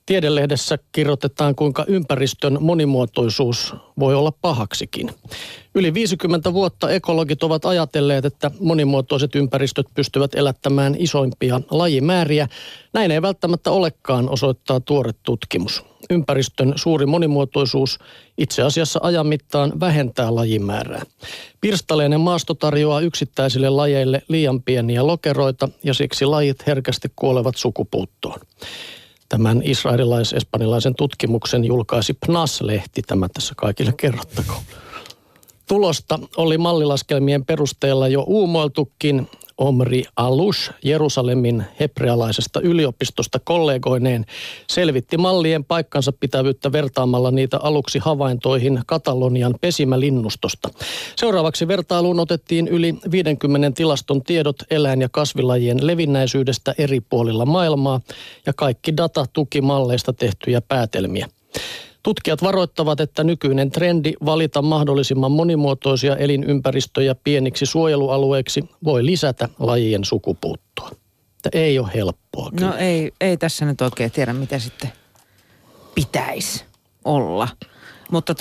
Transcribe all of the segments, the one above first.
Tiedelehdessä kirjoitetaan, kuinka ympäristön monimuotoisuus voi olla pahaksikin. Yli 50 vuotta ekologit ovat ajatelleet, että monimuotoiset ympäristöt pystyvät elättämään isoimpia lajimääriä. Näin ei välttämättä olekaan, osoittaa tuore tutkimus. Ympäristön suuri monimuotoisuus itse asiassa ajan mittaan vähentää lajimäärää. Pirstaleinen maasto tarjoaa yksittäisille lajeille liian pieniä lokeroita ja siksi lajit herkästi kuolevat sukupuuttoon. Tämän israelilais-espanjalaisen tutkimuksen julkaisi PNAS-lehti, tämä tässä kaikille kerrottakoon. Tulosta oli mallilaskelmien perusteella jo uumoiltukin. Omri Alush Jerusalemin hebrealaisesta yliopistosta kollegoineen selvitti mallien paikkansa pitävyyttä vertaamalla niitä aluksi havaintoihin Katalonian pesimälinnustosta. Seuraavaksi vertailuun otettiin yli 50 tilaston tiedot eläin- ja kasvilajien levinnäisyydestä eri puolilla maailmaa ja kaikki data tuki malleista tehtyjä päätelmiä. Tutkijat varoittavat, että nykyinen trendi valita mahdollisimman monimuotoisia elinympäristöjä pieniksi suojelualueiksi voi lisätä lajien sukupuuttoa. Että ei ole helppoa. Kyllä. No ei tässä nyt oikein tiedä, mitä sitten pitäisi olla. Mutta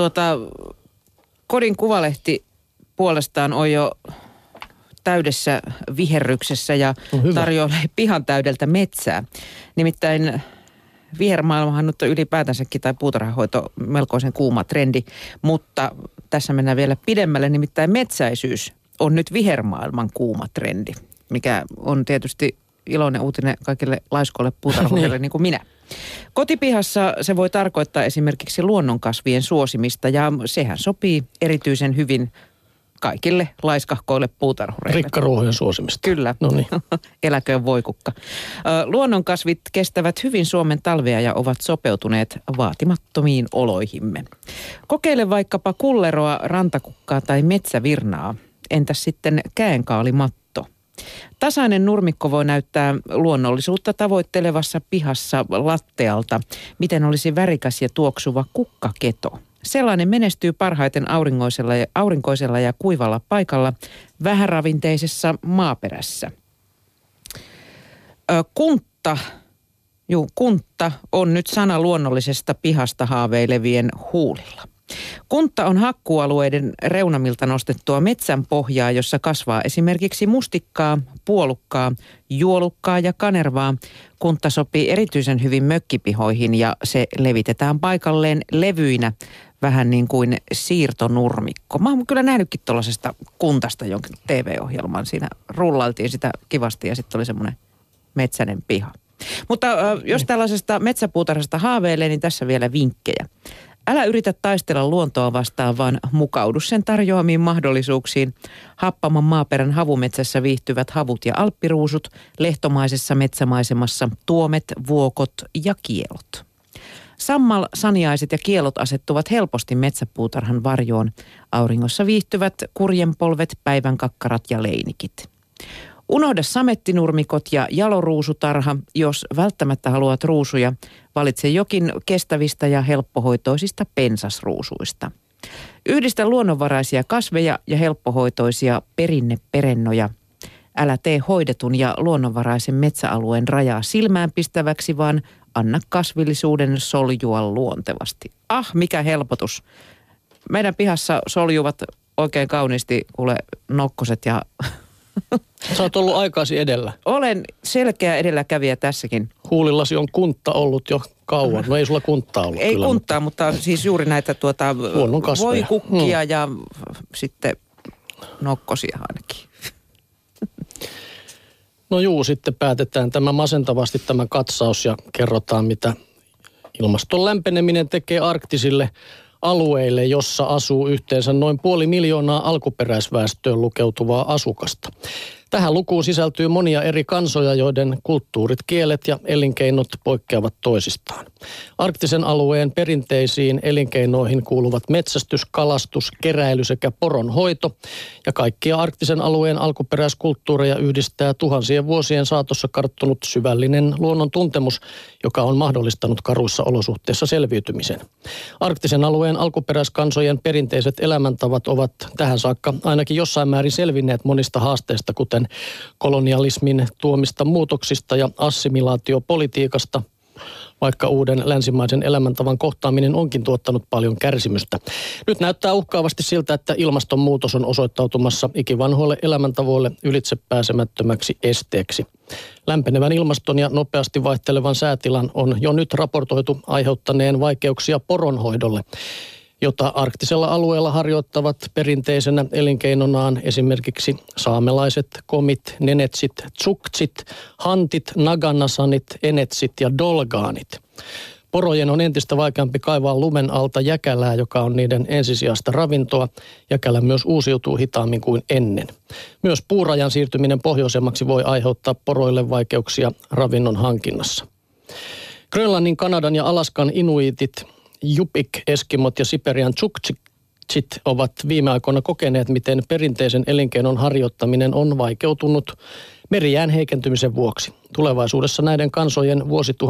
Kodin Kuvalehti puolestaan on jo täydessä viherryksessä ja tarjoilee pihan täydeltä metsää. Nimittäin vihermaailmahan nyt on ylipäätänsäkin tai puutarhahoito melkoisen kuuma trendi, mutta tässä mennään vielä pidemmälle, nimittäin metsäisyys on nyt vihermaailman kuuma trendi, mikä on tietysti iloinen uutinen kaikille laiskoille puutarhahoidoille niin kuin minä. Kotipihassa se voi tarkoittaa esimerkiksi luonnonkasvien suosimista ja sehän sopii erityisen hyvin kaikille laiskahkoille puutarhureille. Rikkaruohojen suosimista. Kyllä, Noniin. Eläköön voikukka. Luonnonkasvit kestävät hyvin Suomen talvea ja ovat sopeutuneet vaatimattomiin oloihimme. Kokeile vaikkapa kulleroa, rantakukkaa tai metsävirnaa. Entäs sitten käenkaalimatto? Tasainen nurmikko voi näyttää luonnollisuutta tavoittelevassa pihassa lattealta. Miten olisi värikäs ja tuoksuva kukkaketo? Sellainen menestyy parhaiten aurinkoisella ja kuivalla paikalla vähäravinteisessa maaperässä. Kuntta on nyt sana luonnollisesta pihasta haaveilevien huulilla. Kuntta on hakkuualueiden reunamilta nostettua metsän pohjaa, jossa kasvaa esimerkiksi mustikkaa, puolukkaa, juolukkaa ja kanervaa. Kuntta sopii erityisen hyvin mökkipihoihin ja se levitetään paikalleen levyinä, vähän niin kuin siirtonurmikko. Mä oon kyllä nähnytkin tuollaisesta kuntasta jonkin TV-ohjelman. Siinä rullailtiin sitä kivasti ja sitten oli semmoinen metsäinen piha. Mutta jos tällaisesta metsäpuutarhasta haaveilee, niin tässä vielä vinkkejä. Älä yritä taistella luontoa vastaan, vaan mukaudu sen tarjoamiin mahdollisuuksiin. Happaman maaperän havumetsässä viihtyvät havut ja alppiruusut, lehtomaisessa metsämaisemassa tuomet, vuokot ja kielot. Sammal, saniaiset ja kielot asettuvat helposti metsäpuutarhan varjoon. Auringossa viihtyvät kurjenpolvet, päivänkakkarat ja leinikit. Unohda samettinurmikot ja jaloruusutarha, jos välttämättä haluat ruusuja. Valitse jokin kestävistä ja helppohoitoisista pensasruusuista. Yhdistä luonnonvaraisia kasveja ja helppohoitoisia perinneperennoja. Älä tee hoidetun ja luonnonvaraisen metsäalueen rajaa silmäänpistäväksi, vaan anna kasvillisuuden soljua luontevasti. Mikä helpotus. Meidän pihassa soljuvat oikein kauniisti kuule nokkoset ja... Sä oot ollut aikaisin edellä. Olen selkeä edelläkävijä tässäkin. Huulillasi on kuntta ollut jo kauan. No ei sulla kunttaa ollut. Ei kyllä, kunttaa, mutta siis juuri näitä voikukkia ja sitten nokkosia ainakin. No juu, sitten päätetään tämä masentavasti tämä katsaus ja kerrotaan, mitä ilmaston lämpeneminen tekee arktisille alueille, jossa asuu yhteensä noin 500 000 alkuperäisväestöön lukeutuvaa asukasta. Tähän lukuun sisältyy monia eri kansoja, joiden kulttuurit, kielet ja elinkeinot poikkeavat toisistaan. Arktisen alueen perinteisiin elinkeinoihin kuuluvat metsästys, kalastus, keräily sekä poronhoito. Ja kaikkia arktisen alueen alkuperäiskulttuureja yhdistää tuhansien vuosien saatossa karttunut syvällinen luonnon tuntemus, joka on mahdollistanut karuissa olosuhteissa selviytymisen. Arktisen alueen alkuperäiskansojen perinteiset elämäntavat ovat tähän saakka ainakin jossain määrin selvinneet monista haasteista, kuten kolonialismin tuomista muutoksista ja assimilaatiopolitiikasta. vaikka uuden länsimaisen elämäntavan kohtaaminen onkin tuottanut paljon kärsimystä. Nyt näyttää uhkaavasti siltä, että ilmastonmuutos on osoittautumassa ikivanhoille elämäntavoille ylitsepääsemättömäksi esteeksi. Lämpenevän ilmaston ja nopeasti vaihtelevan säätilan on jo nyt raportoitu aiheuttaneen vaikeuksia poronhoidolle, jota arktisella alueella harjoittavat perinteisenä elinkeinonaan esimerkiksi saamelaiset, komit, nenetsit, tsuktsit, hantit, naganasanit, enetsit ja dolgaanit. Porojen on entistä vaikeampi kaivaa lumen alta jäkälää, joka on niiden ensisijaista ravintoa. Jäkälä myös uusiutuu hitaammin kuin ennen. Myös puurajan siirtyminen pohjoisemmaksi voi aiheuttaa poroille vaikeuksia ravinnon hankinnassa. Grönlannin, Kanadan ja Alaskan inuitit, Jupik-eskimot ja Siperian tsuktsit ovat viime aikoina kokeneet, miten perinteisen elinkeinon harjoittaminen on vaikeutunut merijään heikentymisen vuoksi. Tulevaisuudessa näiden kansojen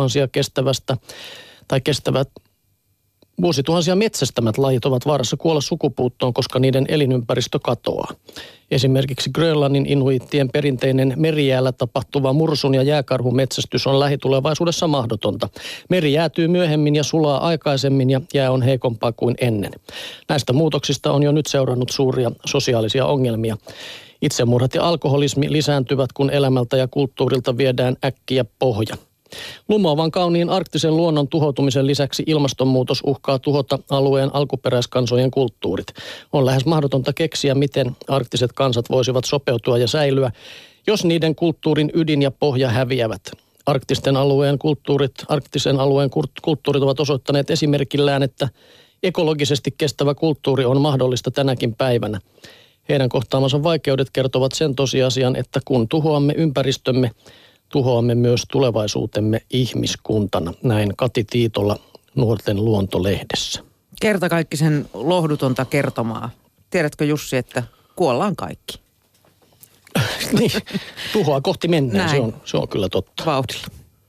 vuosituhansia metsästämät lajit ovat vaarassa kuolla sukupuuttoon, koska niiden elinympäristö katoaa. Esimerkiksi Grönlannin inuittien perinteinen merijäällä tapahtuva mursun ja jääkarhun metsästys on lähitulevaisuudessa mahdotonta. Meri jäätyy myöhemmin ja sulaa aikaisemmin ja jää on heikompaa kuin ennen. Näistä muutoksista on jo nyt seurannut suuria sosiaalisia ongelmia. Itsemurhat ja alkoholismi lisääntyvät, kun elämältä ja kulttuurilta viedään äkkiä pohja. Lumoavan kauniin arktisen luonnon tuhoutumisen lisäksi ilmastonmuutos uhkaa tuhota alueen alkuperäiskansojen kulttuurit. On lähes mahdotonta keksiä, miten arktiset kansat voisivat sopeutua ja säilyä, jos niiden kulttuurin ydin ja pohja häviävät. Arktisen alueen kulttuurit ovat osoittaneet esimerkillään, että ekologisesti kestävä kulttuuri on mahdollista tänäkin päivänä. Heidän kohtaamansa vaikeudet kertovat sen tosiasian, että kun tuhoamme ympäristömme, tuhoamme myös tulevaisuutemme ihmiskuntana. Näin Kati Tiitola Nuorten Luontolehdessä. Kertakaikkisen lohdutonta kertomaa. Tiedätkö, Jussi, että kuollaan kaikki? Niin, tuhoa kohti mennään, se on kyllä totta. Vauhdilla.